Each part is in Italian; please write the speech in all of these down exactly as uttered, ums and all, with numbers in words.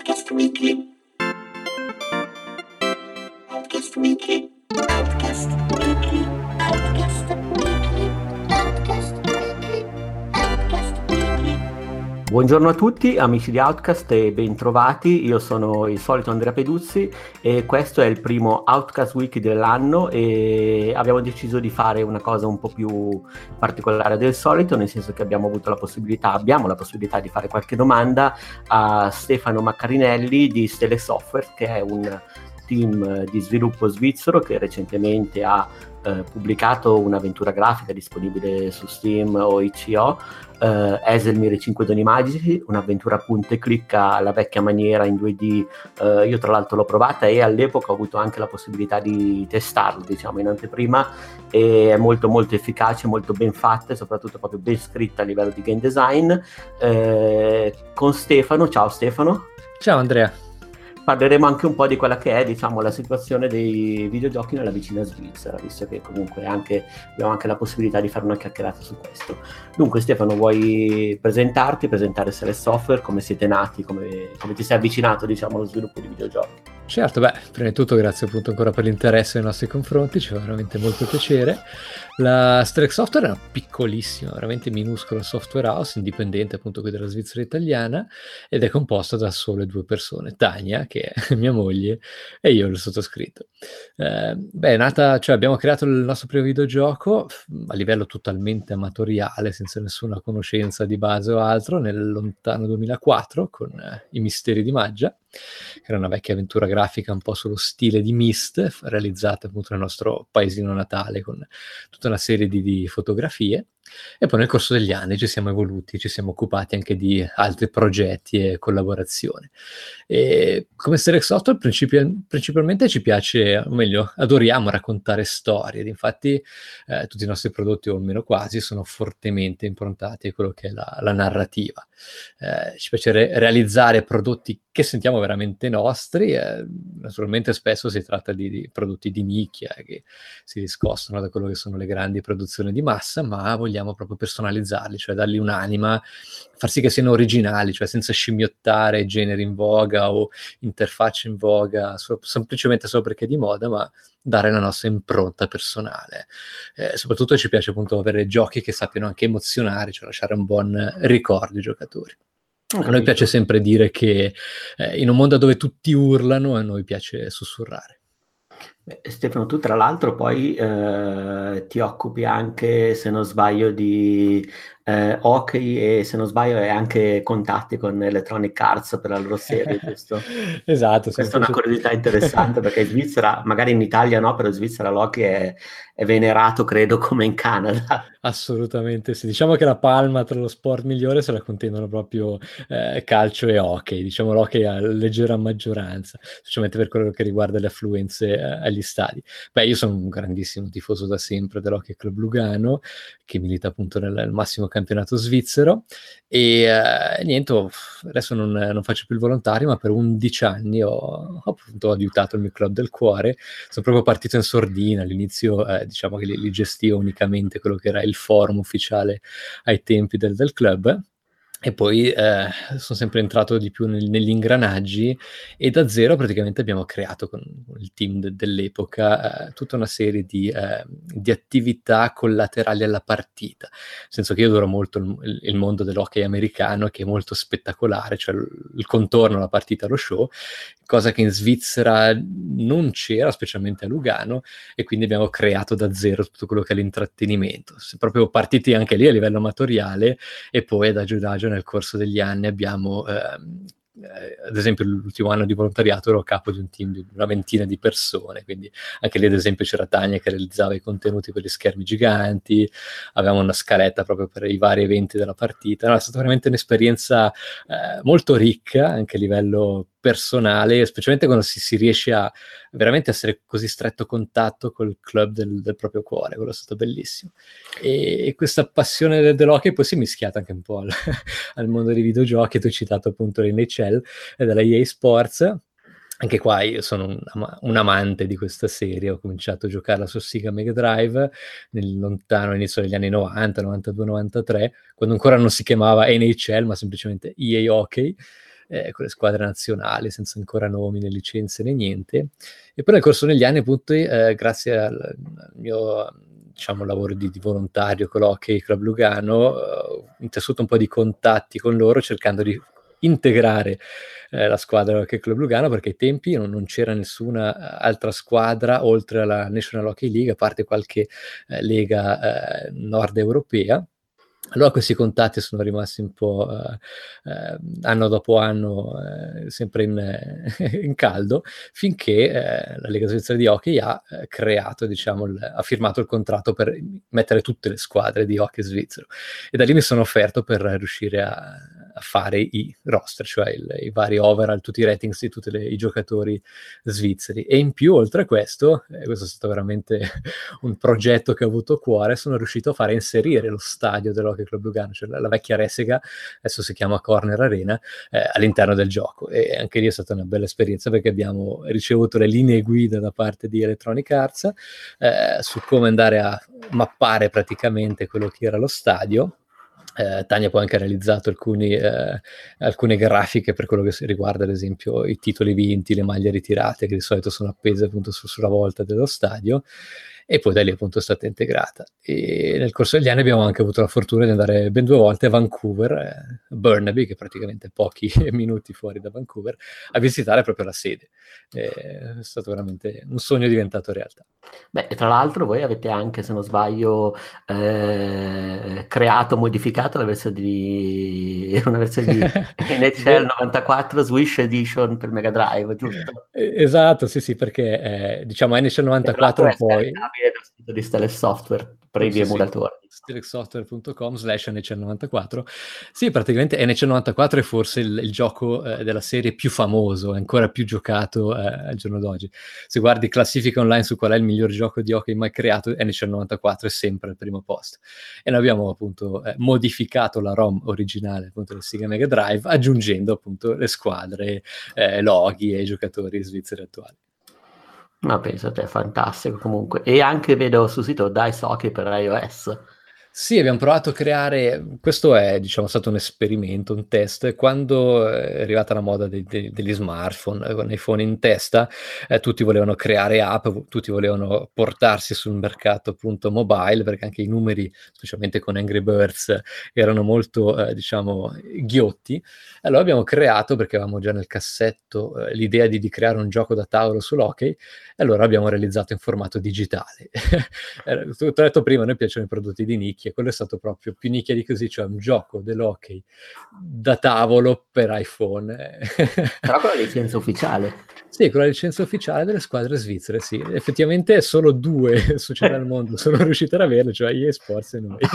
Outcast Weekly. Outcast Weekly. Outcast Weekly. Outcast Weekly. Outcast Weekly. Outcast Weekly. Buongiorno a tutti amici di Outcast e bentrovati, io sono il solito Andrea Peduzzi e questo è il primo Outcast Weekly dell'anno e abbiamo deciso di fare una cosa un po' più particolare del solito, nel senso che abbiamo avuto la possibilità, abbiamo la possibilità di fare qualche domanda a Stefano Maccarinelli di Stele Software, che è un team di sviluppo svizzero che recentemente ha eh, pubblicato un'avventura grafica disponibile su Steam o I C O, eh, Eselmir e cinque doni magici, un'avventura punta e clicca alla vecchia maniera in due D. Eh, io tra l'altro l'ho provata e all'epoca ho avuto anche la possibilità di testarlo, diciamo, in anteprima, e è molto molto efficace, molto ben fatta e soprattutto proprio ben scritta a livello di game design. Eh, con Stefano, ciao Stefano. Ciao Andrea. Parleremo anche un po' di quella che è, diciamo, la situazione dei videogiochi nella vicina Svizzera, visto che comunque anche, abbiamo anche la possibilità di fare una chiacchierata su questo. Dunque Stefano, vuoi presentarti, presentare Stele Software, come siete nati, come, come ti sei avvicinato, diciamo, allo sviluppo di videogiochi? Certo, beh, prima di tutto grazie appunto ancora per l'interesse nei nostri confronti, ci fa veramente molto piacere. La Stele Software è una piccolissima, veramente minuscola software house, indipendente appunto qui della Svizzera italiana, ed è composta da sole due persone, Tania, che è mia moglie, e io, il sottoscritto. Eh, beh, è nata, cioè abbiamo creato il nostro primo videogioco a livello totalmente amatoriale, senza nessuna conoscenza di base o altro, nel lontano duemilaquattro, con eh, I Misteri di Maggia, che era una vecchia avventura grafica un po' sullo stile di Myst, realizzata appunto nel nostro paesino natale con tutta una serie di, di fotografie. E poi nel corso degli anni ci siamo evoluti, ci siamo occupati anche di altri progetti e collaborazioni. E come Stele Software principi- principalmente ci piace, o meglio, adoriamo raccontare storie. Ed infatti eh, tutti i nostri prodotti, o almeno quasi, sono fortemente improntati a quello che è la, la narrativa. Eh, ci piace re- realizzare prodotti che sentiamo veramente nostri. Eh, naturalmente spesso si tratta di, di prodotti di nicchia eh, che si discostano da quello che sono le grandi produzioni di massa, ma vogliamo proprio personalizzarli, cioè dargli un'anima, far sì che siano originali, cioè senza scimmiottare generi in voga o interfacce in voga, so- semplicemente solo perché è di moda, ma dare la nostra impronta personale. Eh, soprattutto ci piace appunto avere giochi che sappiano anche emozionare, cioè lasciare un buon ricordo ai giocatori. A noi piace sempre dire che eh, in un mondo dove tutti urlano, a noi piace sussurrare. Beh, Stefano, tu tra l'altro poi eh, ti occupi anche, se non sbaglio, di eh, hockey e se non sbaglio hai anche contatti con Electronic Arts per la loro serie, giusto? Esatto. Questa è una curiosità interessante perché in Svizzera, magari in Italia no, però in Svizzera l'hockey è, è venerato, credo, come in Canada. Assolutamente sì, diciamo che la palma tra lo sport migliore se la contendono proprio eh, calcio e hockey, diciamo l'hockey ha leggera maggioranza, specialmente per quello che riguarda le affluenze eh, agli stadi. Beh, io sono un grandissimo tifoso da sempre dell'Hockey Club Lugano, che milita appunto nel, nel massimo campionato svizzero, e eh, niente, adesso non, non faccio più il volontario, ma per undici anni ho, ho appunto aiutato il mio club del cuore. Sono proprio partito in sordina, all'inizio eh, diciamo che li, li gestivo unicamente quello che era il forum ufficiale ai tempi del, del club, e poi eh, sono sempre entrato di più nel, negli ingranaggi, e da zero praticamente abbiamo creato con, con il team de, dell'epoca eh, tutta una serie di, eh, di attività collaterali alla partita, nel senso che io adoro molto il, il mondo dell'hockey americano, che è molto spettacolare, cioè il, il contorno, la partita, lo show, cosa che in Svizzera non c'era, specialmente a Lugano, e quindi abbiamo creato da zero tutto quello che è l'intrattenimento. Siamo proprio partiti anche lì a livello amatoriale, e poi adagio adagio nel corso degli anni abbiamo, ehm, eh, ad esempio l'ultimo anno di volontariato ero capo di un team di una ventina di persone, quindi anche lì ad esempio c'era Tania che realizzava i contenuti per gli schermi giganti, avevamo una scaletta proprio per i vari eventi della partita. No, è stata veramente un'esperienza eh, molto ricca anche a livello personale, specialmente quando si, si riesce a veramente essere così stretto contatto col club del, del proprio cuore. Quello è stato bellissimo, e, e questa passione del, dell'hockey poi si è mischiata anche un po' al, al mondo dei videogiochi. Tu hai citato appunto l'N H L e della E A Sports. Anche qua io sono un, ama- un amante di questa serie, ho cominciato a giocarla su Sega Mega Drive nel lontano inizio degli anni novanta, novantadue novantatré, quando ancora non si chiamava N H L ma semplicemente E A Hockey. eh, con le squadre nazionali, senza ancora nomi né licenze né niente. E poi nel corso degli anni, appunto, eh, grazie al, al mio diciamo lavoro di, di volontario con l'Hockey Club Lugano, eh, ho intessuto un po' di contatti con loro cercando di integrare eh, la squadra Hockey Club Lugano, perché ai tempi non, non c'era nessuna altra squadra oltre alla National Hockey League, a parte qualche eh, lega eh, nord europea. Allora questi contatti sono rimasti un po' eh, eh, anno dopo anno eh, sempre in, eh, in caldo, finché eh, la Lega Svizzera di Hockey ha eh, creato, diciamo, il, ha firmato il contratto per mettere tutte le squadre di hockey svizzero. E da lì mi sono offerto per riuscire a, a fare i roster, cioè il, i vari overall, tutti i ratings di tutti le, i giocatori svizzeri. E in più, oltre a questo, eh, questo è stato veramente un progetto che ho avuto a cuore, sono riuscito a fare inserire lo stadio dell'Hockey Club Lugano, cioè la, la vecchia Resega, adesso si chiama Corner Arena, eh, all'interno del gioco. E anche lì è stata una bella esperienza, perché abbiamo ricevuto le linee guida da parte di Electronic Arts eh, su come andare a mappare praticamente quello che era lo stadio. Eh, Tania poi ha anche realizzato alcuni, eh, alcune grafiche per quello che riguarda, ad esempio, i titoli vinti, le maglie ritirate, che di solito sono appese appunto su, sulla volta dello stadio, e poi da lì appunto è stata integrata. E nel corso degli anni abbiamo anche avuto la fortuna di andare ben due volte a Vancouver, eh, Burnaby, che è praticamente pochi minuti fuori da Vancouver, a visitare proprio la sede. Eh, è stato veramente un sogno diventato realtà. Beh, e tra l'altro voi avete anche, se non sbaglio, eh, creato, modificato la versione di una versione di N H L novantaquattro Swish Edition per Mega Drive, giusto? Esatto, sì, sì, perché eh, diciamo N H L novantaquattro poi dal sito di Stelex Software, previ sì, emulatori. Sì. stelexsoftware punto com slash N H L novantaquattro. Sì, praticamente N H L novantaquattro è forse il, il gioco eh, della serie più famoso, ancora più giocato eh, al giorno d'oggi. Se guardi classifica online su qual è il miglior gioco di hockey mai creato, N H L novantaquattro è sempre al primo posto. E noi abbiamo appunto eh, modificato la ROM originale appunto del Sega Mega Drive, aggiungendo appunto le squadre, eh, loghi e i giocatori svizzeri attuali. Ma penso a te, fantastico comunque. E anche vedo sul sito Dice Hockey per iOS. Sì, abbiamo provato a creare, questo è diciamo stato un esperimento, un test, quando è arrivata la moda dei, dei, degli smartphone, con iPhone in testa, eh, tutti volevano creare app, tutti volevano portarsi sul mercato appunto mobile, perché anche i numeri, specialmente con Angry Birds, erano molto eh, diciamo ghiotti. Allora abbiamo creato, perché avevamo già nel cassetto eh, l'idea di, di creare un gioco da tavolo sull'hockey, e allora abbiamo realizzato in formato digitale. Ti ho detto prima, a noi piacciono i prodotti di nicchia, quello è stato proprio più nicchia di così, cioè un gioco dell'hockey da tavolo per iPhone. Però con la licenza ufficiale. Sì, con la licenza ufficiale delle squadre svizzere, sì. Effettivamente solo due società al mondo sono riuscite ad averlo, cioè E A Sports e noi.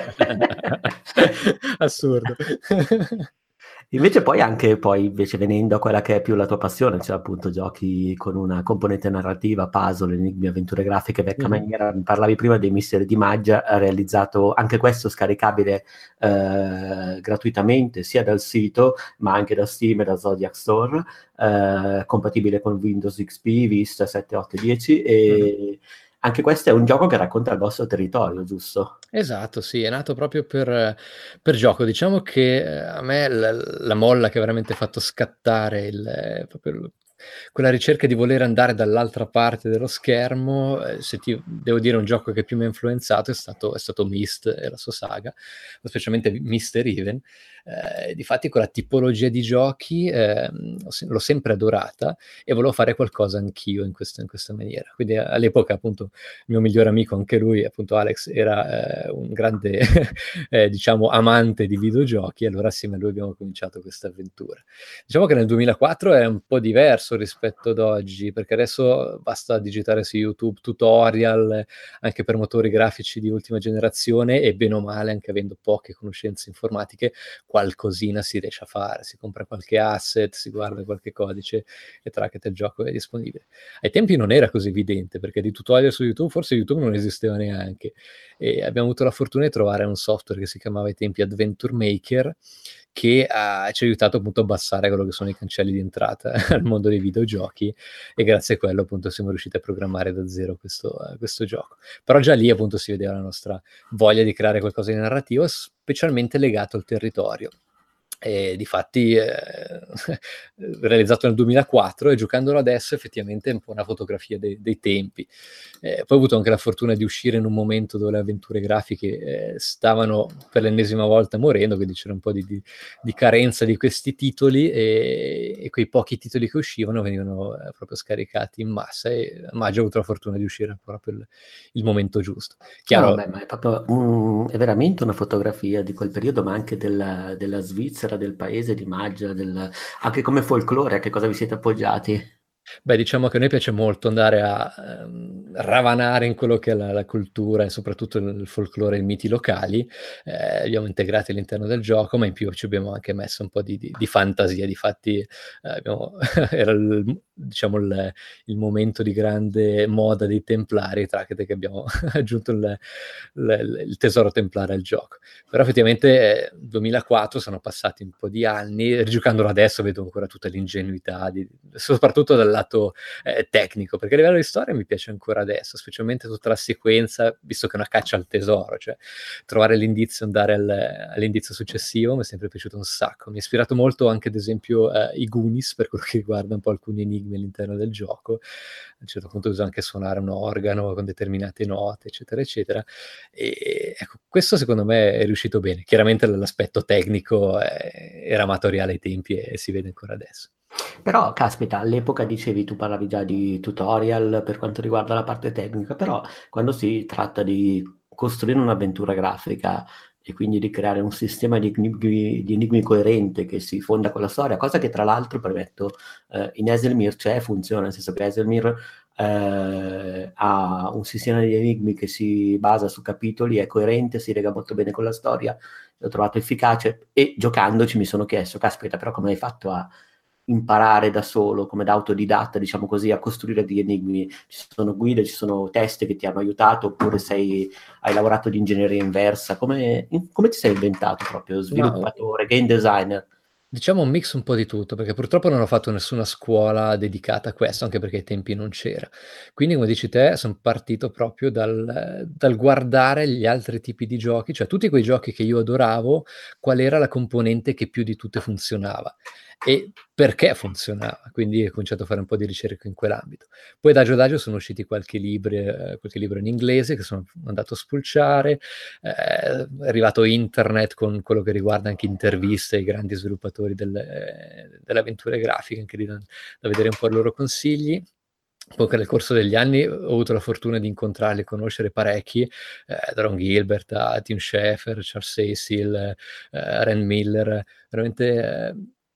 Assurdo. Invece poi anche poi invece venendo a quella che è più la tua passione, cioè appunto giochi con una componente narrativa, puzzle, enigmi, avventure grafiche, vecchia mm-hmm. maniera, parlavi prima dei misteri di Maggia, ha realizzato anche questo scaricabile eh, gratuitamente sia dal sito ma anche da Steam e da Zodiac Store, eh, compatibile con Windows X P, Vista sette, otto e dieci e mm-hmm. anche questo è un gioco che racconta il vostro territorio, giusto? Esatto, sì, è nato proprio per, per gioco. Diciamo che eh, a me la, la molla che ha veramente fatto scattare il, eh, proprio il, quella ricerca di voler andare dall'altra parte dello schermo, eh, se ti devo dire un gioco che più mi ha influenzato è stato, è stato Myst e la sua saga, specialmente mister Even. Eh, difatti quella tipologia di giochi eh, l'ho sempre adorata e volevo fare qualcosa anch'io in questa, in questa maniera. Quindi all'epoca appunto il mio migliore amico, anche lui appunto Alex, era eh, un grande eh, diciamo amante di videogiochi, e allora assieme a lui abbiamo cominciato questa avventura. Diciamo che nel duemilaquattro è un po' diverso rispetto ad oggi, perché adesso basta digitare su YouTube tutorial anche per motori grafici di ultima generazione e bene o male, anche avendo poche conoscenze informatiche, qualcosina si riesce a fare, si compra qualche asset, si guarda qualche codice e tracket il gioco è disponibile. Ai tempi non era così evidente, perché di tutorial su YouTube forse YouTube non esisteva neanche, e abbiamo avuto la fortuna di trovare un software che si chiamava ai tempi Adventure Maker, che uh, ci ha aiutato appunto a abbassare quello che sono i cancelli di entrata al mondo dei videogiochi, e grazie a quello appunto siamo riusciti a programmare da zero questo, uh, questo gioco. Però già lì appunto si vedeva la nostra voglia di creare qualcosa di narrativo, specialmente legato al territorio. E difatti eh, realizzato nel duemilaquattro, e giocandolo adesso effettivamente è un po' una fotografia dei, dei tempi. Eh, poi ho avuto anche la fortuna di uscire in un momento dove le avventure grafiche eh, stavano per l'ennesima volta morendo, quindi c'era un po' di, di, di carenza di questi titoli, e, e quei pochi titoli che uscivano venivano eh, proprio scaricati in massa, e a maggio ho avuto la fortuna di uscire proprio il, il momento giusto. Chiaro, No, beh, ma è proprio un- è veramente una fotografia di quel periodo, ma anche della, della Svizzera, del paese di Maggia, del- anche come folklore, a che cosa vi siete appoggiati? Beh, diciamo che a noi piace molto andare a ehm, ravanare in quello che è la, la cultura, e soprattutto il, il folklore e i miti locali. Eh, li abbiamo integrati all'interno del gioco, ma in più ci abbiamo anche messo un po' di, di- di fantasia. Difatti, eh, abbiamo- era il, diciamo il, il momento di grande moda dei Templari, tramite che abbiamo aggiunto il, il- il tesoro templare al gioco. Però effettivamente eh, duemilaquattro, sono passati un po' di anni, rigiocandolo adesso vedo ancora tutta l'ingenuità, di- soprattutto dal lato eh, tecnico, perché a livello di storia mi piace ancora adesso, specialmente tutta la sequenza, visto che è una caccia al tesoro, cioè trovare l'indizio, andare al- all'indizio successivo, mi è sempre piaciuto un sacco. Mi ha ispirato molto anche, ad esempio, eh, i Goonies, per quello che riguarda un po' alcuni enigmi all'interno del gioco. A un certo punto bisogna anche suonare un organo con determinate note, eccetera, eccetera. E ecco, questo secondo me è riuscito bene. Chiaramente l'aspetto tecnico eh, era amatoriale ai tempi, e si vede ancora adesso. Però, caspita, all'epoca dicevi, tu parlavi già di tutorial per quanto riguarda la parte tecnica, però quando si tratta di costruire un'avventura grafica e quindi di creare un sistema di enigmi, di enigmi coerente che si fonda con la storia, cosa che tra l'altro, permetto, eh, in Haselmir c'è, funziona, nel senso che Haselmir eh, ha un sistema di enigmi che si basa su capitoli, è coerente, si lega molto bene con la storia, l'ho trovato efficace, e giocandoci mi sono chiesto, caspita, però come hai fatto a imparare da solo, come da autodidatta, diciamo così, a costruire degli enigmi? Ci sono guide, ci sono test che ti hanno aiutato, oppure sei, hai lavorato di ingegneria inversa? Come, come ti sei inventato proprio? Ma Sviluppatore, game designer? diciamo un mix un po' di tutto, perché purtroppo non ho fatto nessuna scuola dedicata a questo, anche perché ai tempi non c'era. Quindi, come dici te, son partito proprio dal dal guardare gli altri tipi di giochi, cioè tutti quei giochi che io adoravo, qual era la componente che più di tutte funzionava e perché funzionava. Quindi ho cominciato a fare un po' di ricerca in quell'ambito. Poi adagio adagio sono usciti qualche libri ehm, qualche libro in inglese che sono andato a spulciare, eh, è arrivato internet con quello che riguarda anche interviste ai grandi sviluppatori delle, delle avventure grafiche, anche lì da, da vedere un po' i loro consigli. Poi nel corso degli anni ho avuto la fortuna di incontrarli e conoscere parecchi, eh, da Ron Gilbert a Tim Schafer, Charles Cecil, eh, Ren Miller, veramente eh,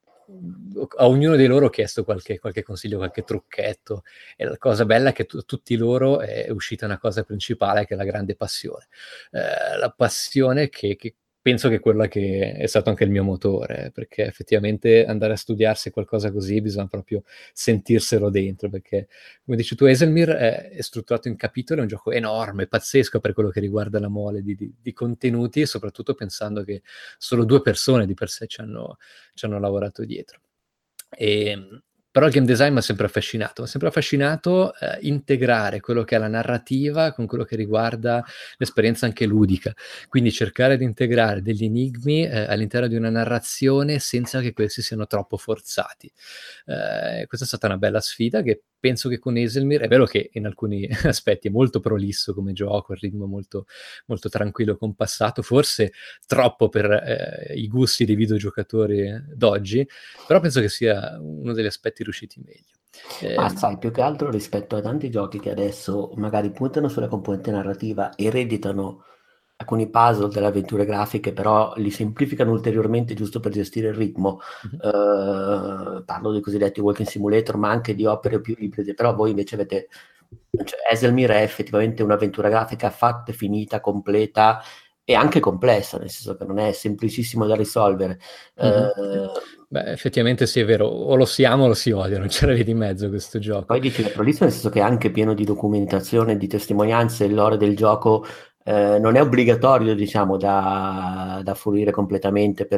a ognuno di loro ho chiesto qualche, qualche consiglio, qualche trucchetto, e la cosa bella è che tu, tutti loro è uscita una cosa principale, che è la grande passione. Eh, la passione che, che penso che è quella che è stato anche il mio motore, perché effettivamente andare a studiarsi qualcosa così bisogna proprio sentirselo dentro, perché come dici tu, Haselmir è, è strutturato in capitoli, è un gioco enorme, pazzesco per quello che riguarda la mole di, di, di contenuti, e soprattutto pensando che solo due persone di per sé ci hanno, ci hanno lavorato dietro. E, però il game design mi ha sempre affascinato, mi ha sempre affascinato eh, integrare quello che è la narrativa con quello che riguarda l'esperienza anche ludica, quindi cercare di integrare degli enigmi eh, all'interno di una narrazione senza che questi siano troppo forzati. Eh, questa è stata una bella sfida, che penso che con Haselmir, è vero che in alcuni aspetti è molto prolisso come gioco, il ritmo molto, molto tranquillo e compassato, forse troppo per eh, i gusti dei videogiocatori d'oggi, però penso che sia uno degli aspetti riusciti meglio. Ma Eh, sai, più che altro rispetto a tanti giochi che adesso magari puntano sulla componente narrativa, ereditano alcuni puzzle delle avventure grafiche, però li semplificano ulteriormente giusto per gestire il ritmo. mhm. Eh, parlo dei cosiddetti walking simulator, ma anche di opere più ibride, però voi invece avete... Cioè, Haselmir è effettivamente un'avventura grafica fatta, finita, completa e anche complessa, nel senso che non è semplicissimo da risolvere. Mhm. Eh, Beh, effettivamente sì, è vero, o lo si ama o lo si odia, non c'era via di mezzo questo gioco. Poi dici è prolisso nel senso che è anche pieno di documentazione, di testimonianze, il lore del gioco eh, non è obbligatorio, diciamo, da, da fruire completamente per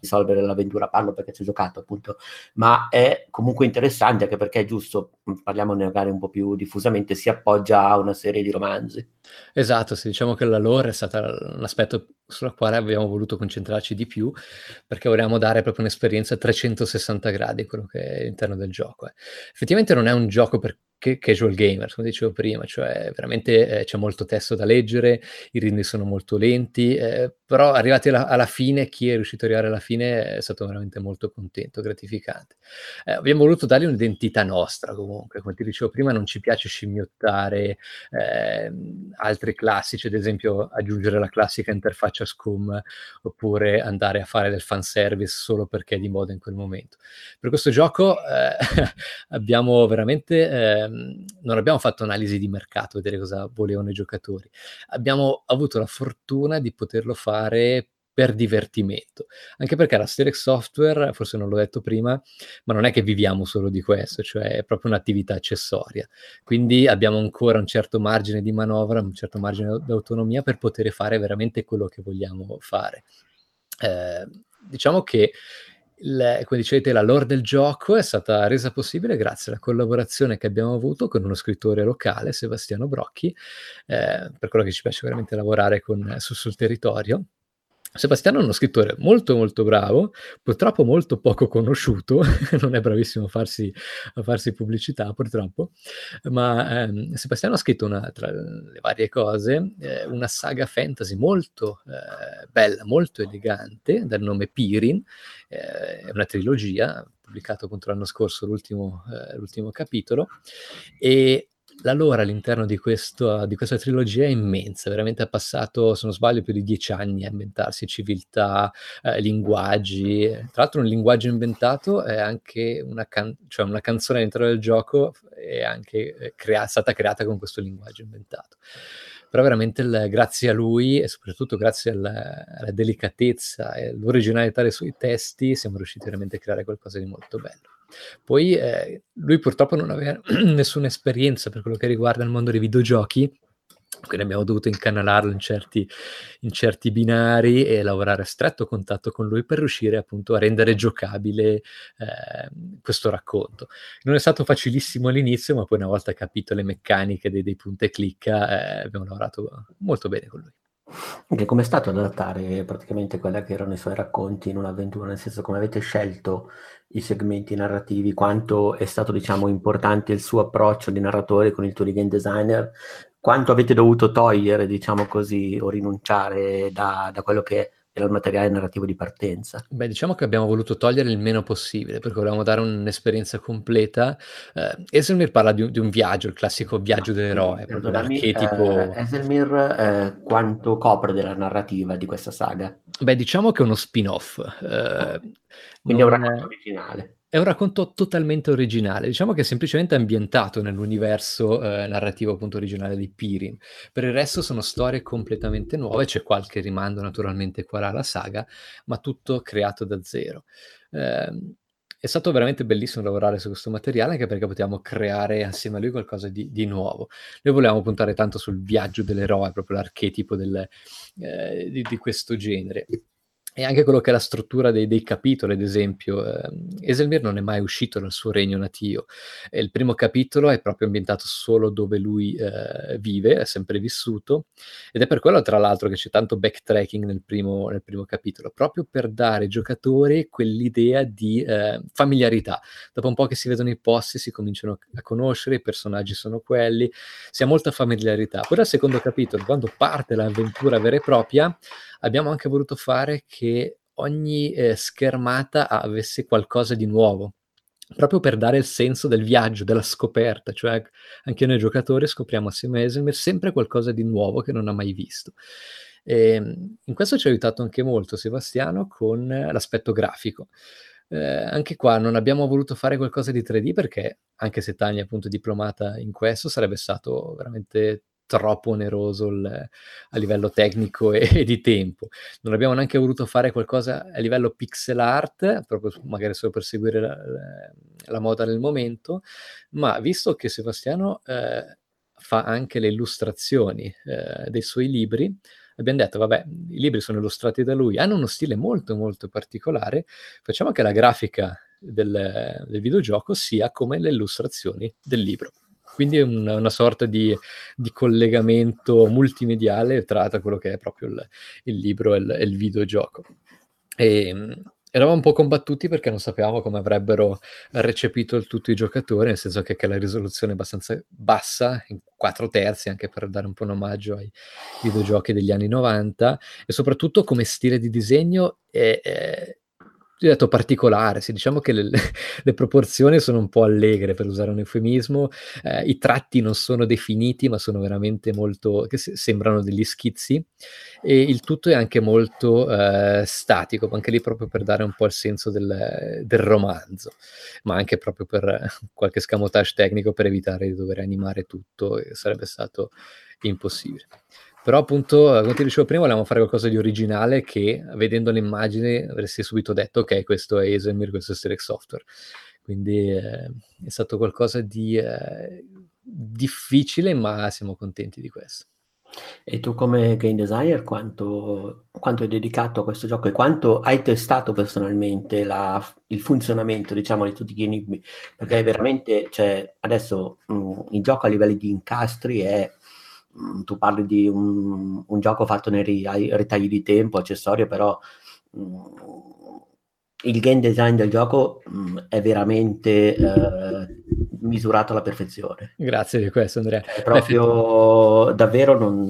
risolvere l'avventura, parlo perché ci ho giocato appunto, ma è comunque interessante anche perché è giusto, parliamone magari un po' più diffusamente, si appoggia a una serie di romanzi. Esatto, sì, diciamo che la lore è stata l'aspetto sulla quale abbiamo voluto concentrarci di più, perché volevamo dare proprio un'esperienza a trecentosessanta gradi a quello che è all'interno del gioco. eh. Effettivamente non è un gioco per che casual gamer, come dicevo prima, cioè veramente eh, c'è molto testo da leggere, i ritmi sono molto lenti, eh, però arrivati alla, alla fine, chi è riuscito ad arrivare alla fine è stato veramente molto contento, gratificante. Eh, abbiamo voluto dargli un'identità nostra comunque, come ti dicevo prima, non ci piace scimmiottare ehm, altri classici, ad esempio aggiungere la classica interfaccia S C U M oppure andare a fare del fanservice solo perché è di moda in quel momento. Per questo gioco eh, abbiamo veramente, ehm, non abbiamo fatto analisi di mercato, vedere cosa volevano i giocatori. Abbiamo avuto la fortuna di poterlo fare per divertimento, anche perché la Sterex Software, forse non l'ho detto prima, ma non è che viviamo solo di questo, cioè è proprio un'attività accessoria. Quindi abbiamo ancora un certo margine di manovra, un certo margine d'autonomia per poter fare veramente quello che vogliamo fare. Eh, diciamo che il, come dicete, la lore del gioco è stata resa possibile grazie alla collaborazione che abbiamo avuto con uno scrittore locale, Sebastiano Brocchi, eh, per quello che ci piace veramente lavorare con, su, sul territorio. Sebastiano è uno scrittore molto molto bravo, purtroppo molto poco conosciuto, non è bravissimo a farsi, a farsi pubblicità purtroppo, ma ehm, Sebastiano ha scritto una, tra le varie cose eh, una saga fantasy molto eh, bella, molto elegante, dal nome Pirin, eh, è una trilogia, pubblicato appunto l'anno scorso l'ultimo, eh, l'ultimo capitolo, e la lore all'interno di, questo, di questa trilogia è immensa, veramente ha passato, se non sbaglio, più di dieci anni a inventarsi civiltà, eh, linguaggi. Tra l'altro un linguaggio inventato è anche una, can- cioè una canzone all'interno del gioco è anche eh, crea- stata creata con questo linguaggio inventato. Però veramente il, grazie a lui e soprattutto grazie alla, alla delicatezza e all'originalità dei suoi testi siamo riusciti veramente a creare qualcosa di molto bello. Poi eh, lui purtroppo non aveva nessuna esperienza per quello che riguarda il mondo dei videogiochi, quindi abbiamo dovuto incanalarlo in certi, in certi binari e lavorare a stretto contatto con lui per riuscire appunto a rendere giocabile eh, questo racconto. Non è stato facilissimo all'inizio, ma poi una volta capito le meccaniche dei, dei punta e clicca eh, abbiamo lavorato molto bene con lui. Anche com'è stato adattare praticamente quelli che erano i suoi racconti in un'avventura, nel senso come avete scelto i segmenti narrativi, quanto è stato diciamo importante il suo approccio di narratore con il tuo di game designer, quanto avete dovuto togliere diciamo così o rinunciare da, da quello che era il materiale narrativo di partenza. Beh, diciamo che abbiamo voluto togliere il meno possibile, perché volevamo dare un'esperienza completa. Eh, Eselmir parla di un, di un viaggio, il classico viaggio dell'eroe, proprio Perdonami, eh, l'archetipo. Eselmir eh, quanto copre della narrativa di questa saga? Beh, diciamo che è uno spin-off. eh, Quindi è un non, racconto originale. È un racconto totalmente originale, diciamo che è semplicemente ambientato nell'universo eh, narrativo appunto originale di Pirin. Per il resto sono storie completamente nuove, c'è qualche rimando naturalmente qua là alla saga, ma tutto creato da zero. Eh, è stato veramente bellissimo lavorare su questo materiale, anche perché potevamo creare assieme a lui qualcosa di, di nuovo. Noi volevamo puntare tanto sul viaggio dell'eroe, proprio l'archetipo del, eh, di, di questo genere. E anche quello che è la struttura dei, dei capitoli, ad esempio. Eh, Eselmir non è mai uscito dal suo regno natio. E il primo capitolo è proprio ambientato solo dove lui eh, vive, è sempre vissuto, ed è per quello, tra l'altro, che c'è tanto backtracking nel primo, nel primo capitolo, proprio per dare ai giocatori quell'idea di eh, familiarità. Dopo un po' che si vedono i posti, si cominciano a conoscere, i personaggi sono quelli, si ha molta familiarità. Poi dal secondo capitolo, quando parte l'avventura vera e propria, abbiamo anche voluto fare che ogni eh, schermata avesse qualcosa di nuovo, proprio per dare il senso del viaggio, della scoperta, cioè anche noi giocatori scopriamo assieme a Eselmir sempre qualcosa di nuovo che non ha mai visto. E, in questo ci ha aiutato anche molto Sebastiano con l'aspetto grafico. Eh, anche qua non abbiamo voluto fare qualcosa di tre D perché, anche se Tania è appunto diplomata in questo, sarebbe stato veramente troppo oneroso il, a livello tecnico e, e di tempo. Non abbiamo neanche voluto fare qualcosa a livello pixel art, proprio magari solo per seguire la, la, la moda del momento, ma visto che Sebastiano eh, fa anche le illustrazioni eh, dei suoi libri, abbiamo detto, vabbè, i libri sono illustrati da lui, hanno uno stile molto molto particolare, facciamo che la grafica del, del videogioco sia come le illustrazioni del libro. Quindi è un, una sorta di, di collegamento multimediale tra, tra quello che è proprio il, il libro e il, e il videogioco. E mh, eravamo un po' combattuti perché non sapevamo come avrebbero recepito il tutto i giocatori, nel senso che, che la risoluzione è abbastanza bassa, in quattro terzi, anche per dare un po' un omaggio ai videogiochi degli anni novanta, e soprattutto come stile di disegno è, è io ho detto particolare, sì, diciamo che le, le proporzioni sono un po' allegre, per usare un eufemismo, eh, i tratti non sono definiti, ma sono veramente molto, che se- sembrano degli schizzi, e il tutto è anche molto eh, statico, anche lì proprio per dare un po' il senso del, del romanzo, ma anche proprio per eh, qualche scamotage tecnico per evitare di dover animare tutto, e sarebbe stato impossibile. Però appunto, come ti dicevo prima, volevamo fare qualcosa di originale che, vedendo le immagini, avresti subito detto ok, questo è Hazelmere, questo è Sterex Software. Quindi eh, è stato qualcosa di eh, difficile, ma siamo contenti di questo. E tu come game designer quanto, quanto hai dedicato a questo gioco e quanto hai testato personalmente la- il funzionamento, diciamo, di tutti gli enigmi? Perché veramente, cioè, adesso mh, il gioco a livello di incastri è, mh, tu parli di un, un gioco fatto nei ri- ai ritagli di tempo, accessorio, però mh, il game design del gioco mh, è veramente eh, misurato alla perfezione. Grazie di questo, Andrea. Cioè, Beh, effett- proprio davvero non,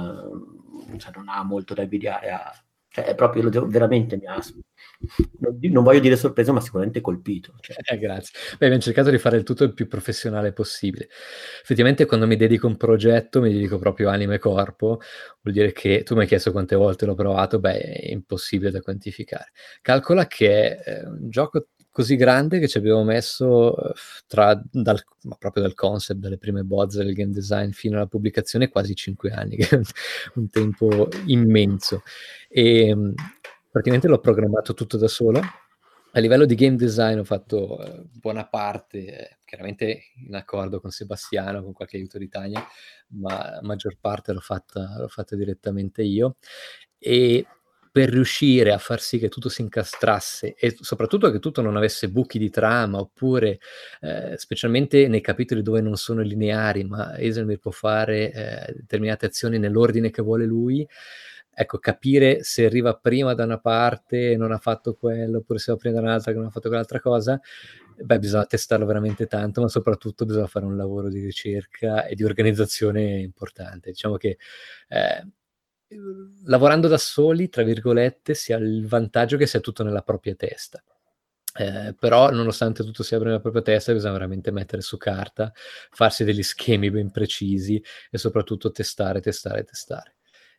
eh, cioè, non ha molto da invidiare. ha- Cioè, è proprio lo gioco- veramente mi ha, non, non voglio dire sorpreso, ma sicuramente colpito. Cioè. Eh, grazie. Beh, abbiamo cercato di fare il tutto il più professionale possibile. Effettivamente, quando mi dedico a un progetto, mi dedico proprio anima e corpo. Vuol dire che tu mi hai chiesto quante volte l'ho provato, beh, è impossibile da quantificare. Calcola che è eh, un gioco così grande che ci abbiamo messo eh, tra, dal, ma proprio dal concept, dalle prime bozze del game design fino alla pubblicazione, quasi cinque anni, che è un, un tempo immenso. E mh, praticamente l'ho programmato tutto da solo. A livello di game design ho fatto eh, buona parte, eh, chiaramente in accordo con Sebastiano, con qualche aiuto di Tania, ma la maggior parte l'ho fatta, l'ho fatta direttamente io. E per riuscire a far sì che tutto si incastrasse e soprattutto che tutto non avesse buchi di trama, oppure eh, specialmente nei capitoli dove non sono lineari, ma Hazelmere può fare eh, determinate azioni nell'ordine che vuole lui. Ecco, capire se arriva prima da una parte e non ha fatto quello, oppure se va prima da un'altra che non ha fatto quell'altra cosa, beh, bisogna testarlo veramente tanto, ma soprattutto bisogna fare un lavoro di ricerca e di organizzazione importante. Diciamo che eh, lavorando da soli, tra virgolette, si ha il vantaggio che sia tutto nella propria testa. Eh, però nonostante tutto sia nella propria testa, bisogna veramente mettere su carta, farsi degli schemi ben precisi e soprattutto testare, testare, testare.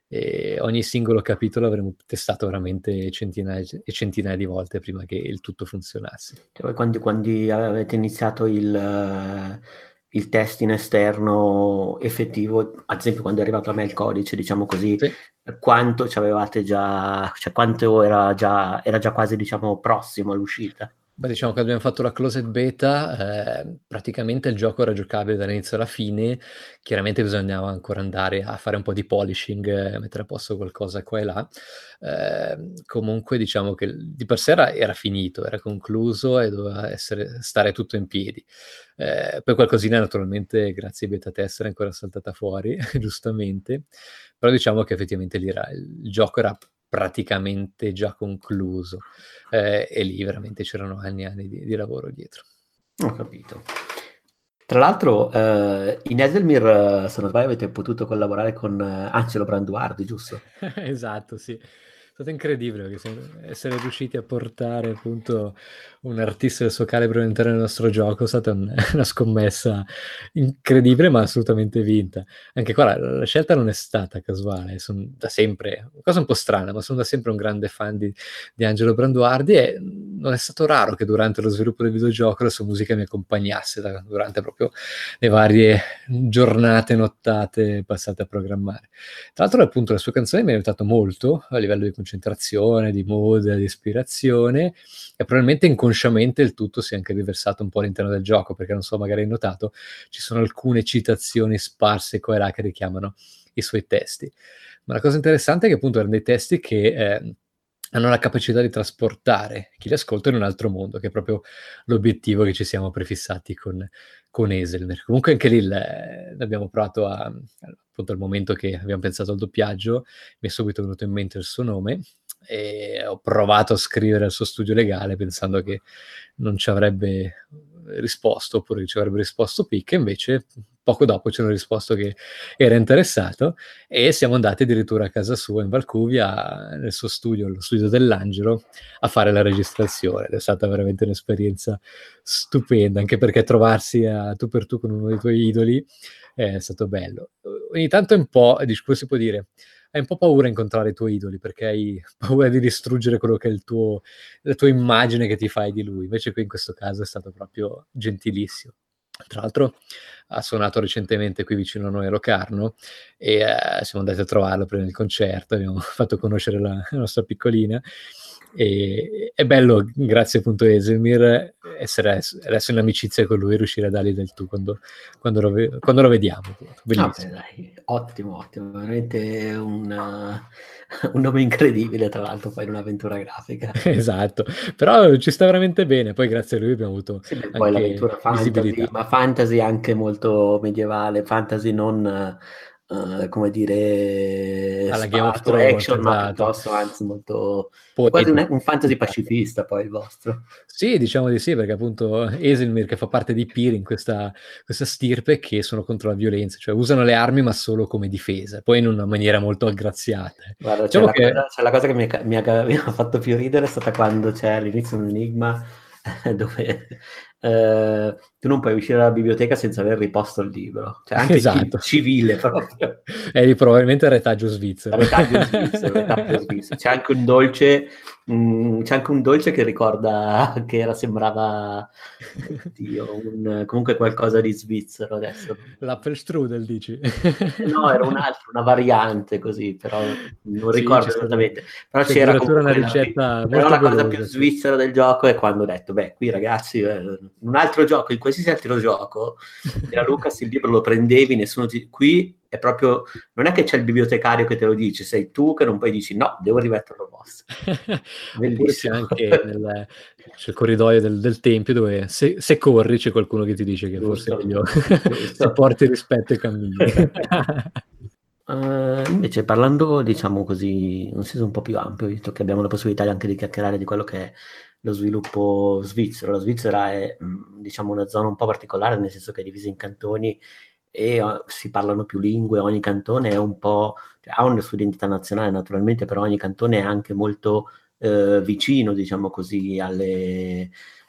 E ogni singolo capitolo avremo testato veramente centinaia e centinaia di volte prima che il tutto funzionasse. Cioè, voi quando, quando avete iniziato il, eh, il test in esterno effettivo, ad esempio quando è arrivato a me il codice, diciamo così, Sì. quanto ci avevate già, cioè quanto era già, era già quasi, diciamo, prossimo all'uscita? Beh, diciamo che abbiamo fatto la closed beta, eh, praticamente il gioco era giocabile dall'inizio alla fine, chiaramente bisognava ancora andare a fare un po' di polishing, eh, mettere a posto qualcosa qua e là. Eh, comunque diciamo che di per sé era, era finito, era concluso e doveva essere, stare tutto in piedi. Eh, poi qualcosina naturalmente grazie ai beta tester è ancora saltata fuori, giustamente, però diciamo che effettivamente lì era, il gioco era praticamente già concluso. Eh, e lì veramente c'erano anni e anni di, di lavoro dietro. Ho capito. Tra l'altro, eh, in Hazelmere, eh, se non sbaglio, avete potuto collaborare con eh, Angelo Branduardi, giusto? Esatto, sì. È stato incredibile perché se- essere riusciti a portare appunto un artista del suo calibro all'interno del nostro gioco è stata un- una scommessa incredibile ma assolutamente vinta. Anche qua la, la scelta non è stata casuale, sono da sempre, una cosa un po' strana, ma sono da sempre un grande fan di, di Angelo Branduardi e non è stato raro che durante lo sviluppo del videogioco la sua musica mi accompagnasse da- durante proprio le varie giornate, nottate passate a programmare. Tra l'altro appunto la sua canzone mi ha aiutato molto a livello di concentrazione, di mood, di ispirazione e probabilmente inconsciamente il tutto si è anche riversato un po' all'interno del gioco, perché non so, magari hai notato, ci sono alcune citazioni sparse qua e là che richiamano i suoi testi. Ma la cosa interessante è che appunto erano dei testi che eh, hanno la capacità di trasportare chi li ascolta in un altro mondo, che è proprio l'obiettivo che ci siamo prefissati con, con Eselmer. Comunque anche lì il- abbiamo provato a, appunto al momento che abbiamo pensato al doppiaggio, mi è subito venuto in mente il suo nome e ho provato a scrivere al suo studio legale pensando che non ci avrebbe risposto oppure che ci avrebbe risposto Pic, e invece poco dopo ci hanno risposto che era interessato e siamo andati addirittura a casa sua in Valcuvia, nel suo studio, lo studio dell'Angelo, a fare la registrazione. Ed è stata veramente un'esperienza stupenda, anche perché trovarsi a tu per tu con uno dei tuoi idoli è stato bello. Ogni tanto è un po', dici, come si può dire, hai un po' paura a incontrare i tuoi idoli perché hai paura di distruggere quello che è il tuo, la tua immagine che ti fai di lui. Invece qui in questo caso è stato proprio gentilissimo. Tra l'altro ha suonato recentemente qui vicino a noi a Locarno e eh, siamo andati a trovarlo prima del concerto, abbiamo fatto conoscere la, la nostra piccolina e è bello, grazie appunto a Eselmir, essere adesso in amicizia con lui, riuscire a dargli del tu quando, quando, lo, ve- quando lo vediamo. Appunto. Bellissimo. Ah, beh, dai, ottimo, ottimo, veramente un, uh, un nome incredibile, tra l'altro, poi in un'avventura grafica. Esatto, però ci sta veramente bene, poi grazie a lui abbiamo avuto Sì, beh, poi anche l'avventura fantasy, visibilità. ma fantasy anche molto medievale, fantasy non, eh, come dire, Alla Game of sparato Thrones, action, ma esatto. piuttosto, anzi, molto... È quasi un, Poetico. un fantasy Esatto. pacifista poi il vostro. Sì, diciamo di sì, perché appunto Eselmir che fa parte di Pyr in questa, questa stirpe che sono contro la violenza, cioè usano le armi ma solo come difesa, poi in una maniera molto aggraziata. Guarda, c'è Diciamo la che cosa, c'è la cosa che mi, ha- mi ha, mi ha fatto più ridere è stata quando c'è all'inizio un enigma dove eh, tu non puoi uscire dalla biblioteca senza aver riposto il libro, cioè anche ci- esatto, civile proprio. è di probabilmente il retaggio svizzero. Retaggio svizzero, retaggio svizzero. C'è anche un dolce, mh, c'è anche un dolce che ricorda che era, sembrava, oddio, un- comunque qualcosa di svizzero adesso. L'Apfelstrudel dici? No, era un altro, una variante così, però non Sì, ci ricordo sono, esattamente. Però c'è c'era addirittura una comunque la, pi- ricetta però molto la cosa più golosa. Sì. svizzera del gioco è quando ho detto, beh, qui ragazzi, eh, in un altro gioco, in qualsiasi altro gioco, della Lucas il libro lo prendevi, nessuno ti... Qui è proprio, non è che c'è il bibliotecario che te lo dice, sei tu che non poi dici, no, devo rimetterlo vostro. Oppure c'è Bellissimo. anche nel, c'è il corridoio del, del tempio dove se, se corri c'è qualcuno che ti dice che forse è Giusto, meglio se giusto. porti rispetto e cammini. Eh, invece parlando, diciamo così, in un senso un po' più ampio, visto che abbiamo la possibilità anche di chiacchierare di quello che è lo sviluppo svizzero. La Svizzera è, mh, diciamo, una zona un po' particolare, nel senso che è divisa in cantoni e eh, si parlano più lingue, ogni cantone è un po', cioè, ha una sua identità nazionale naturalmente, però ogni cantone è anche molto eh, vicino, diciamo così, alle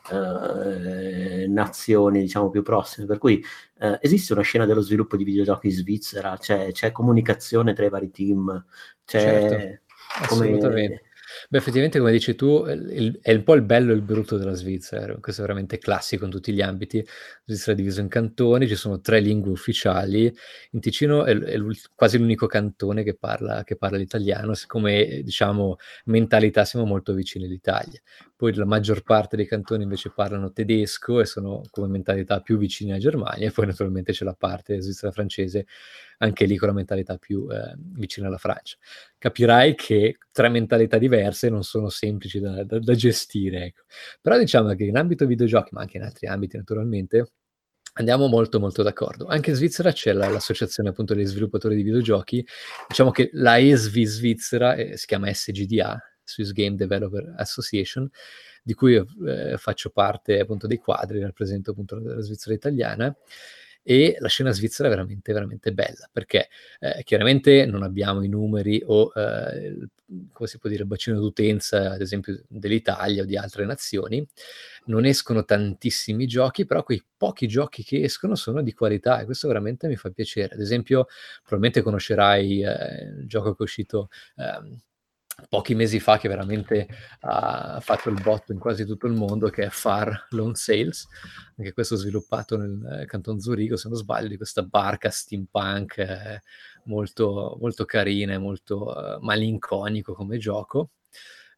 eh, nazioni, diciamo, più prossime. Per cui eh, esiste una scena dello sviluppo di videogiochi in Svizzera, c'è, c'è comunicazione tra i vari team, Certo, c'è assolutamente. come... Beh, effettivamente, come dici tu, il- è un po' il bello e il brutto della Svizzera. Questo è veramente classico in tutti gli ambiti. La Svizzera è divisa in cantoni, ci sono tre lingue ufficiali. In Ticino è, è l'ul- quasi l'unico cantone che parla, che parla l'italiano, siccome, diciamo, mentalità siamo molto vicini all'Italia. Poi la maggior parte dei cantoni invece parlano tedesco e sono come mentalità più vicini alla Germania. E poi naturalmente c'è la parte Svizzera francese, anche lì con la mentalità più eh, vicina alla Francia. Capirai che tre mentalità diverse non sono semplici da, da- da gestire, ecco. Però diciamo che in ambito videogiochi, ma anche in altri ambiti naturalmente, andiamo molto molto d'accordo. Anche in Svizzera c'è la- l'associazione appunto degli sviluppatori di videogiochi, diciamo che la E S V I Svizzera eh, si chiama S G D A, Swiss Game Developer Association, di cui eh, faccio parte appunto dei quadri, rappresento appunto la, la Svizzera italiana, e la scena svizzera è veramente veramente bella, perché eh, chiaramente non abbiamo i numeri o eh, il, come si può dire, il bacino d'utenza, ad esempio, dell'Italia o di altre nazioni. Non escono tantissimi giochi, però quei pochi giochi che escono sono di qualità e questo veramente mi fa piacere. Ad esempio, probabilmente conoscerai eh, il gioco che è uscito ehm, pochi mesi fa, che veramente ha fatto il botto in quasi tutto il mondo, che è Far Lone Sales, anche questo sviluppato nel eh, Canton Zurigo, se non sbaglio, di questa barca steampunk eh, molto, molto carina e molto eh, malinconico come gioco.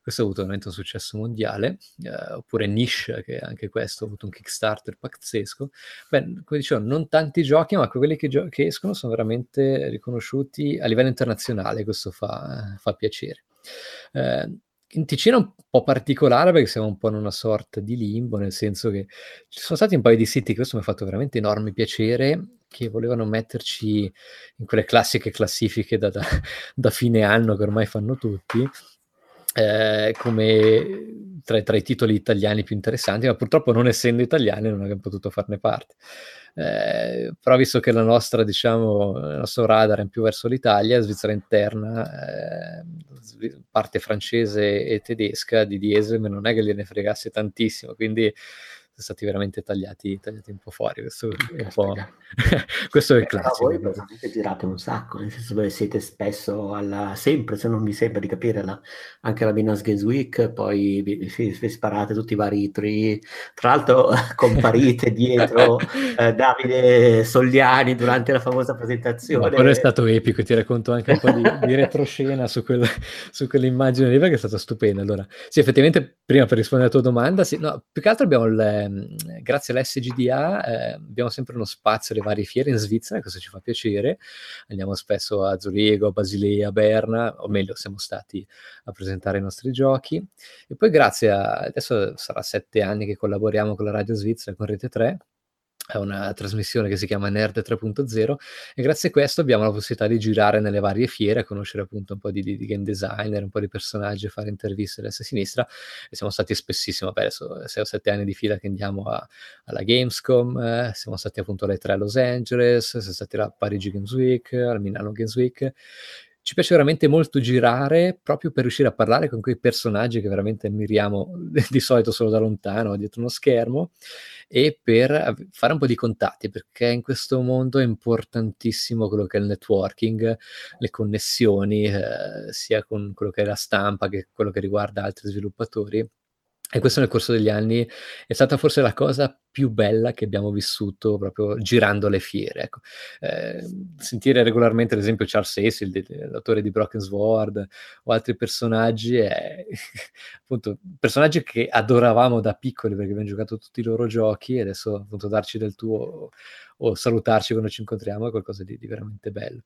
questo ha avuto veramente un successo mondiale, eh, oppure Niche, che anche questo ha avuto un Kickstarter pazzesco. Beh, come dicevo, non tanti giochi, ma quelli che, gio- che escono sono veramente riconosciuti a livello internazionale, questo fa, fa piacere. Eh, in Ticino è un po' particolare perché siamo un po' in una sorta di limbo, nel senso che ci sono stati un paio di siti, questo mi ha fatto veramente enorme piacere, che volevano metterci in quelle classiche classifiche da, da, da fine anno che ormai fanno tutti, eh, come tra, tra i titoli italiani più interessanti, ma purtroppo non essendo italiani non abbiamo potuto farne parte. Eh, però visto che la nostra, diciamo, il nostro radar è più verso l'Italia, Svizzera interna, eh, parte francese e tedesca di Diesel, non è che gliene fregasse tantissimo, quindi sono stati veramente tagliati, tagliati un po' fuori. Questo è, un po'... questo è il classico. Voi praticamente girate un sacco, nel senso dove siete spesso alla, sempre, se non mi sembra di capire, la, anche alla Minas Games Week, poi vi, vi, vi sparate tutti i vari tree. Tra l'altro comparite dietro eh, Davide Sogliani durante la famosa presentazione. Ma quello è stato epico, ti racconto anche un po' di, di retroscena su, quella, su quell'immagine lì, perché è stata stupenda. Allora, sì, effettivamente, prima per rispondere alla tua domanda, sì, no, più che altro abbiamo, il, grazie all'S G D A, eh, abbiamo sempre uno spazio alle varie fiere in Svizzera, questo ci fa piacere. Andiamo spesso a Zurigo, a Basilea, a Berna, o meglio, siamo stati a presentare i nostri giochi. E poi grazie a, adesso sarà sette anni che collaboriamo con la Radio Svizzera, con Rete tre, è una trasmissione che si chiama Nerd tre punto zero, e grazie a questo abbiamo la possibilità di girare nelle varie fiere, a conoscere appunto un po' di, di game designer, un po' di personaggi, fare interviste a destra e a sinistra, e siamo stati spessissimo, beh, adesso sei o sette anni di fila che andiamo a, alla Gamescom, eh, siamo stati appunto alle tre a Los Angeles, siamo stati alla Parigi Games Week, al Milano Games Week. Ci piace veramente molto girare proprio per riuscire a parlare con quei personaggi che veramente ammiriamo di solito solo da lontano, dietro uno schermo, e per fare un po' di contatti, perché in questo mondo è importantissimo quello che è il networking, le connessioni, eh, sia con quello che è la stampa che quello che riguarda altri sviluppatori. E questo nel corso degli anni è stata forse la cosa più bella che abbiamo vissuto proprio girando le fiere. Ecco. Eh, sentire regolarmente, ad esempio, Charles Cecil, l'autore di Broken Sword, o altri personaggi, è, appunto, personaggi che adoravamo da piccoli perché abbiamo giocato tutti i loro giochi, e adesso appunto darci del tuo o salutarci quando ci incontriamo è qualcosa di, di veramente bello.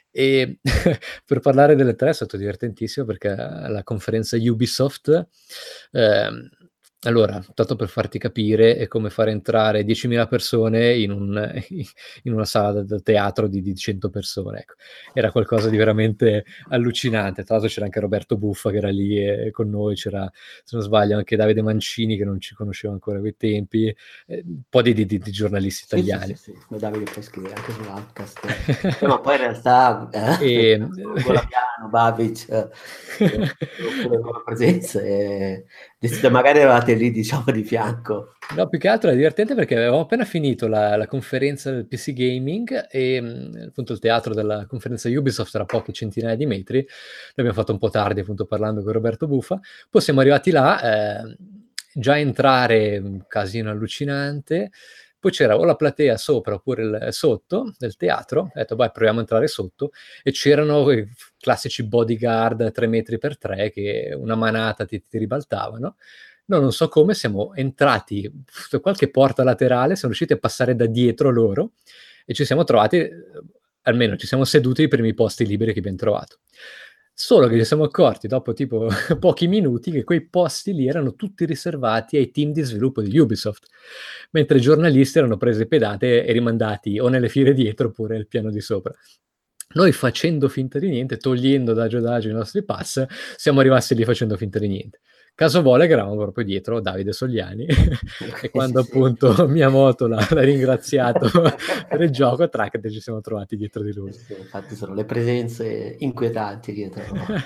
E per parlare delle tre è stato divertentissimo, perché la conferenza Ubisoft, ehm, allora, tanto per farti capire, è come fare entrare diecimila persone in, un, in una sala da teatro di, di cento persone. Ecco. Era qualcosa di veramente allucinante. Tra l'altro c'era anche Roberto Buffa che era lì e, con noi, c'era, se non sbaglio, anche Davide Mancini che non ci conosceva ancora a quei tempi, eh, un po' di, di, di giornalisti sì, italiani. Sì, sì, sì. Davide puoi scrivere anche sull'Outcast. Ma poi in realtà eh, E... Golapiano, Babic, eh, le loro presenze, eh, magari eravate lì, diciamo, di fianco. No, più che altro è divertente perché avevamo appena finito la, la conferenza del P C Gaming, e mh, appunto il teatro della conferenza Ubisoft era a poche centinaia di metri. L'abbiamo fatto un po' tardi, appunto, parlando con Roberto Buffa. Poi siamo arrivati là, eh, già entrare un casino allucinante. Poi c'era o la platea sopra oppure il, sotto del teatro. Ho detto, beh, proviamo a entrare sotto, e c'erano i classici bodyguard tre metri per tre che una manata ti, ti ribaltavano. No, non so come, siamo entrati da qualche porta laterale, siamo riusciti a passare da dietro loro, e ci siamo trovati, almeno ci siamo seduti ai primi posti liberi che abbiamo trovato. Solo che ci siamo accorti dopo tipo pochi minuti che quei posti lì erano tutti riservati ai team di sviluppo di Ubisoft, mentre i giornalisti erano presi pedate e rimandati o nelle file dietro oppure al piano di sopra. Noi, facendo finta di niente, togliendo adagio adagio i nostri pass, siamo arrivati lì facendo finta di niente. Caso vuole che eravamo proprio dietro Davide Sogliani e quando sì, appunto sì. Miyamoto l'ha, l'ha ringraziato per il gioco, track, ci siamo trovati dietro di lui. Sì, infatti sono le presenze inquietanti dietro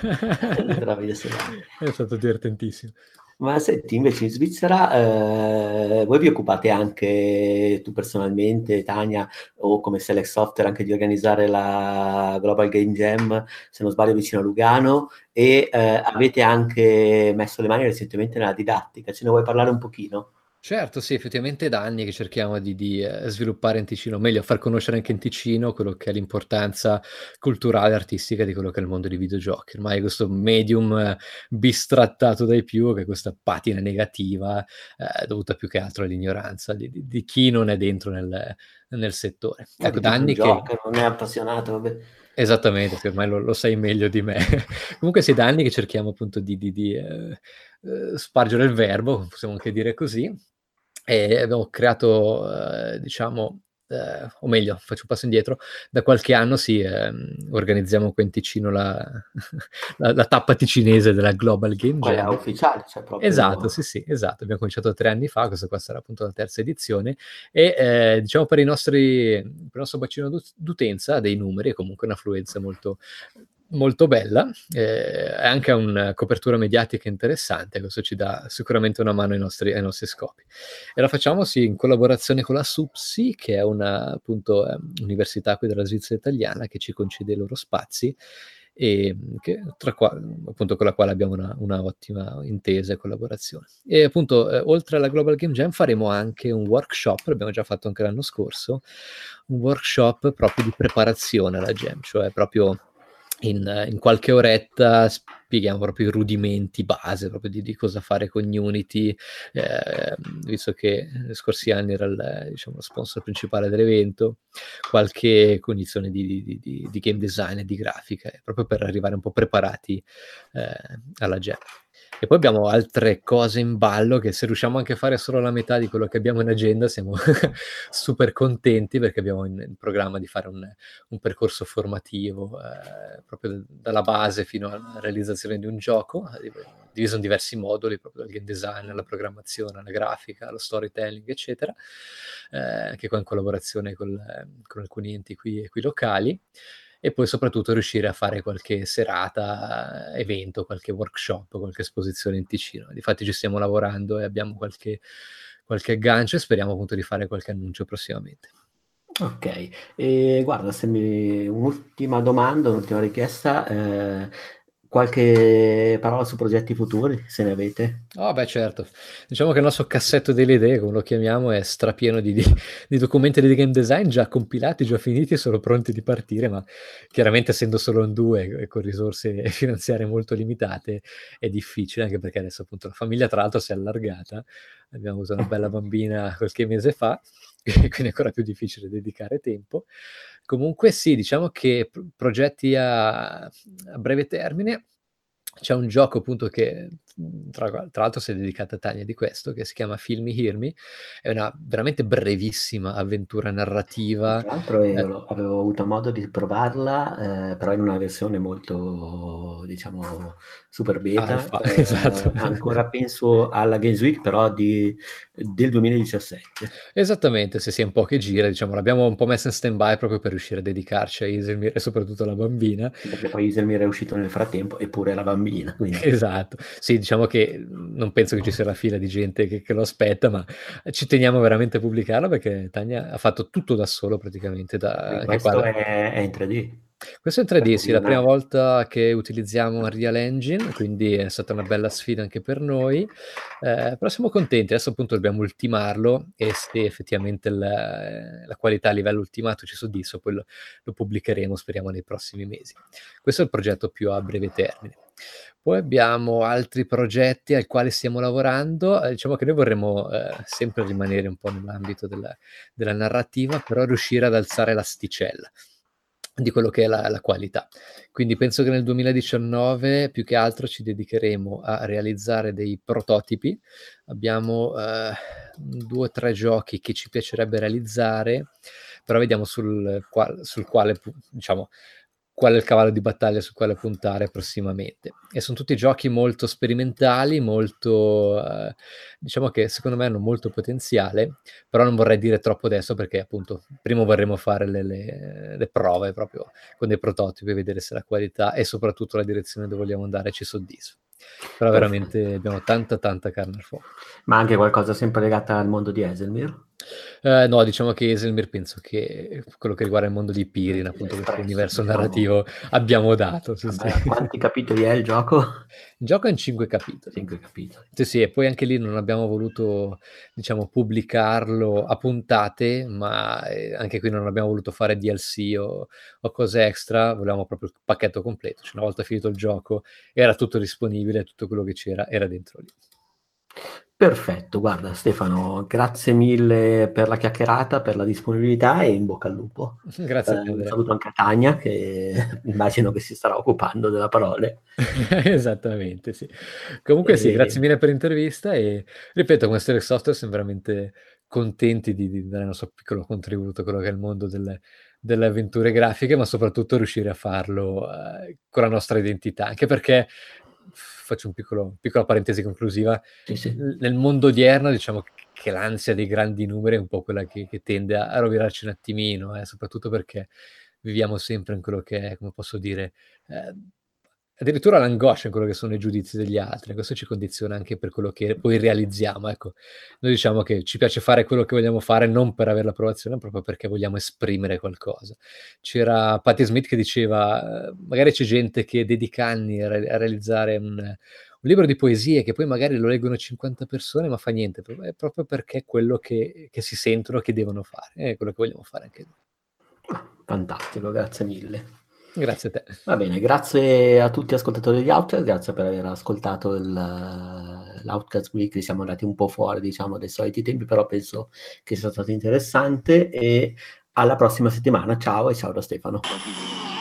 Davide Sogliani. È stato divertentissimo. Ma senti, invece in Svizzera eh, voi vi occupate anche, tu personalmente, Tania, o come Select Software, anche di organizzare la Global Game Jam, se non sbaglio vicino a Lugano, e eh, avete anche messo le mani recentemente nella didattica. Ce ne vuoi parlare un pochino? Certo, sì, effettivamente è da anni che cerchiamo di di, ehm, sviluppare in Ticino, o meglio far conoscere anche in Ticino quello che è l'importanza culturale e artistica di quello che è il mondo dei videogiochi. Ormai questo medium eh, bistrattato dai più, che è questa patina negativa, ehm, dovuta più che altro all'ignoranza di di di chi non è dentro nel nel settore. O Ecco, di chi da non anni che gioca, non è appassionato, vabbè. esattamente, sì, ormai lo lo sai meglio di me. Comunque sì, da anni che cerchiamo appunto di di di, ehm, uhm, spargere il verbo, possiamo anche dire così, e abbiamo creato, ehm, diciamo, ehm, o meglio, faccio un passo indietro, da qualche anno sì, ehm, organizziamo qua in Ticino la la la tappa ticinese della Global Game Quella Jam. ufficiale, cioè Esatto, proprio... sì, sì, esatto. Abbiamo cominciato tre anni fa, questa qua sarà appunto la terza edizione e, ehm, diciamo per i nostri per il nostro bacino d'ut d'utenza, dei numeri, è comunque un'affluenza molto molto bella, ehm, e anche a un copertura mediatica interessante, questo ci dà sicuramente una mano ai nostri ai nostri scopi. E la facciamo sì, in collaborazione con la SUPSI, che è una appunto, ehm, università qui della Svizzera italiana, che ci concede i loro spazi, ehm, che tra qua appunto con la quale abbiamo una una ottima intesa e collaborazione. E appunto, ehm, oltre alla Global Game Jam faremo anche un workshop, l'abbiamo già fatto anche l'anno scorso, un workshop proprio di preparazione alla Jam, cioè proprio in in qualche oretta spieghiamo proprio i rudimenti base, proprio di di cosa fare con Unity, ehm, visto che negli scorsi anni era il diciamo, lo sponsor principale dell'evento, qualche cognizione di di di di di game design e di grafica, eh, proprio per arrivare un po' preparati, ehm, alla Jam. E poi abbiamo altre cose in ballo che se riusciamo anche a fare solo la metà di quello che abbiamo in agenda siamo super contenti, perché abbiamo in in programma di fare un un percorso formativo, ehm, proprio d dalla base fino alla realizzazione di un gioco, a div diviso in diversi moduli, proprio dal game design alla programmazione, alla grafica, allo storytelling, eccetera, ehm, anche qua in collaborazione col con alcuni enti qui qui locali. E poi soprattutto riuscire a fare qualche serata, evento, qualche workshop, qualche esposizione in Ticino. Difatti ci stiamo lavorando e abbiamo qualche qualche aggancio e speriamo appunto di fare qualche annuncio prossimamente. Ok, e guarda, se mi... un'ultima domanda, un'ultima richiesta, eh, qualche parola su progetti futuri, se ne avete? Oh beh certo, diciamo che il nostro cassetto delle idee, come lo chiamiamo, è strapieno di di di documenti di game design già compilati, già finiti, solo pronti di partire, ma chiaramente essendo solo in due e con risorse finanziarie molto limitate è difficile, anche perché adesso appunto la famiglia tra l'altro si è allargata, abbiamo avuto una bella bambina qualche mese fa, e quindi è ancora più difficile dedicare tempo. Comunque sì, diciamo che p progetti a a breve termine, c'è un gioco appunto che, mhmm, tra tra l'altro si è dedicata Tania di questo, che si chiama Film Me Hear Me, è una veramente brevissima avventura narrativa, Tra l'altro ehm io lo- avevo avuto modo di provarla, eh, però in una versione molto, diciamo, super beta, alfa, eh, esatto. ancora penso alla Games Week, però di- del duemiladiciassette. Esattamente, se si è un po' che gira, diciamo, l'abbiamo un po' messa in stand-by proprio per riuscire a dedicarci a Iselmir e soprattutto alla bambina. Perché poi Iselmir è uscito nel frattempo, eppure la bambina, quindi... Esatto. Sì, diciamo che, mhmm, non penso che ci sia la fila di gente che che lo aspetta, ma ci teniamo veramente a pubblicarlo perché Tania ha fatto tutto da solo praticamente, da E anche qua questo la è, è in tre D, questo è in per tre D, sì, la prima visionare. volta che utilizziamo Unreal Engine, quindi è stata una bella sfida anche per noi, ehm, però siamo contenti. Adesso appunto dobbiamo ultimarlo e se effettivamente il la qualità a livello ultimato ci soddisfa, poi lo lo pubblicheremo, speriamo nei prossimi mesi. Questo è il progetto più a breve termine. Poi abbiamo altri progetti ai quali stiamo lavorando, ehm, diciamo che noi vorremmo, ehm, sempre rimanere un po' nell'ambito della della narrativa, però riuscire ad alzare l'asticella di quello che è la la qualità. Quindi penso che nel duemiladiciannove più che altro ci dedicheremo a realizzare dei prototipi. Abbiamo, ehm, due o tre giochi che ci piacerebbe realizzare, però vediamo sul qual sul quale pu diciamo, qual è il cavallo di battaglia sul quale puntare prossimamente. E son tutti giochi molto sperimentali, molto, ehm, diciamo che secondo me hanno molto potenziale, però non vorrei dire troppo adesso perché appunto prima vorremmo fare le le le prove proprio con dei prototipi, vedere se la qualità e soprattutto la direzione dove vogliamo andare ci soddisfa. Però Perfetto. veramente abbiamo tanta, tanta carne al fuoco. Ma anche qualcosa sempre legata al mondo di Eselmir? Eh, no, diciamo che Eselmir penso che quello che riguarda il mondo di Pirin, appunto questo Espresso, universo diciamo. narrativo, abbiamo dato. Sì, sì. Vabbè, quanti capitoli è il gioco? Il gioco è in cinque capitoli. Cinque capitoli. Sì, sì, e poi anche lì non abbiamo voluto, diciamo, pubblicarlo a puntate, ma eh, anche qui non abbiamo voluto fare D L C o, o cose extra, volevamo proprio il pacchetto completo. Cioè, una volta finito il gioco era tutto disponibile, tutto quello che c'era era dentro lì. Perfetto, guarda Stefano, grazie mille per la chiacchierata, per la disponibilità e in bocca al lupo. Grazie a te, Eh, un Andrea. saluto anche a Tania che immagino che si starà occupando della parole. Esattamente, sì. Comunque sì, grazie E... mille per l'intervista e ripeto, come Stereo Software siamo veramente contenti di, di dare il nostro piccolo contributo a quello che è il mondo delle, delle avventure grafiche, ma soprattutto riuscire a farlo eh, con la nostra identità, anche perché, faccio un piccolo, piccola parentesi conclusiva, Sì, sì. nel mondo odierno diciamo che l'ansia dei grandi numeri è un po' quella che, che tende a, a rovinarci un attimino, eh, soprattutto perché viviamo sempre in quello che è, come posso dire, eh, addirittura l'angoscia in quello che sono i giudizi degli altri. Questo ci condiziona anche per quello che poi realizziamo. Ecco, noi diciamo che ci piace fare quello che vogliamo fare non per avere l'approvazione, proprio perché vogliamo esprimere qualcosa. C'era Patti Smith che diceva, eh, magari c'è gente che dedica anni a, re- a realizzare un, un libro di poesie che poi magari lo leggono cinquanta persone, ma fa niente, è proprio perché è quello che, che si sentono che devono fare, è quello che vogliamo fare anche noi. Fantastico, grazie mille. Grazie a te. Va bene, grazie a tutti gli ascoltatori di Outcast, grazie per aver ascoltato il, l'Outcast Weekly, siamo andati un po' fuori diciamo dai soliti tempi, però penso che sia stato interessante e alla prossima settimana, ciao e ciao da Stefano.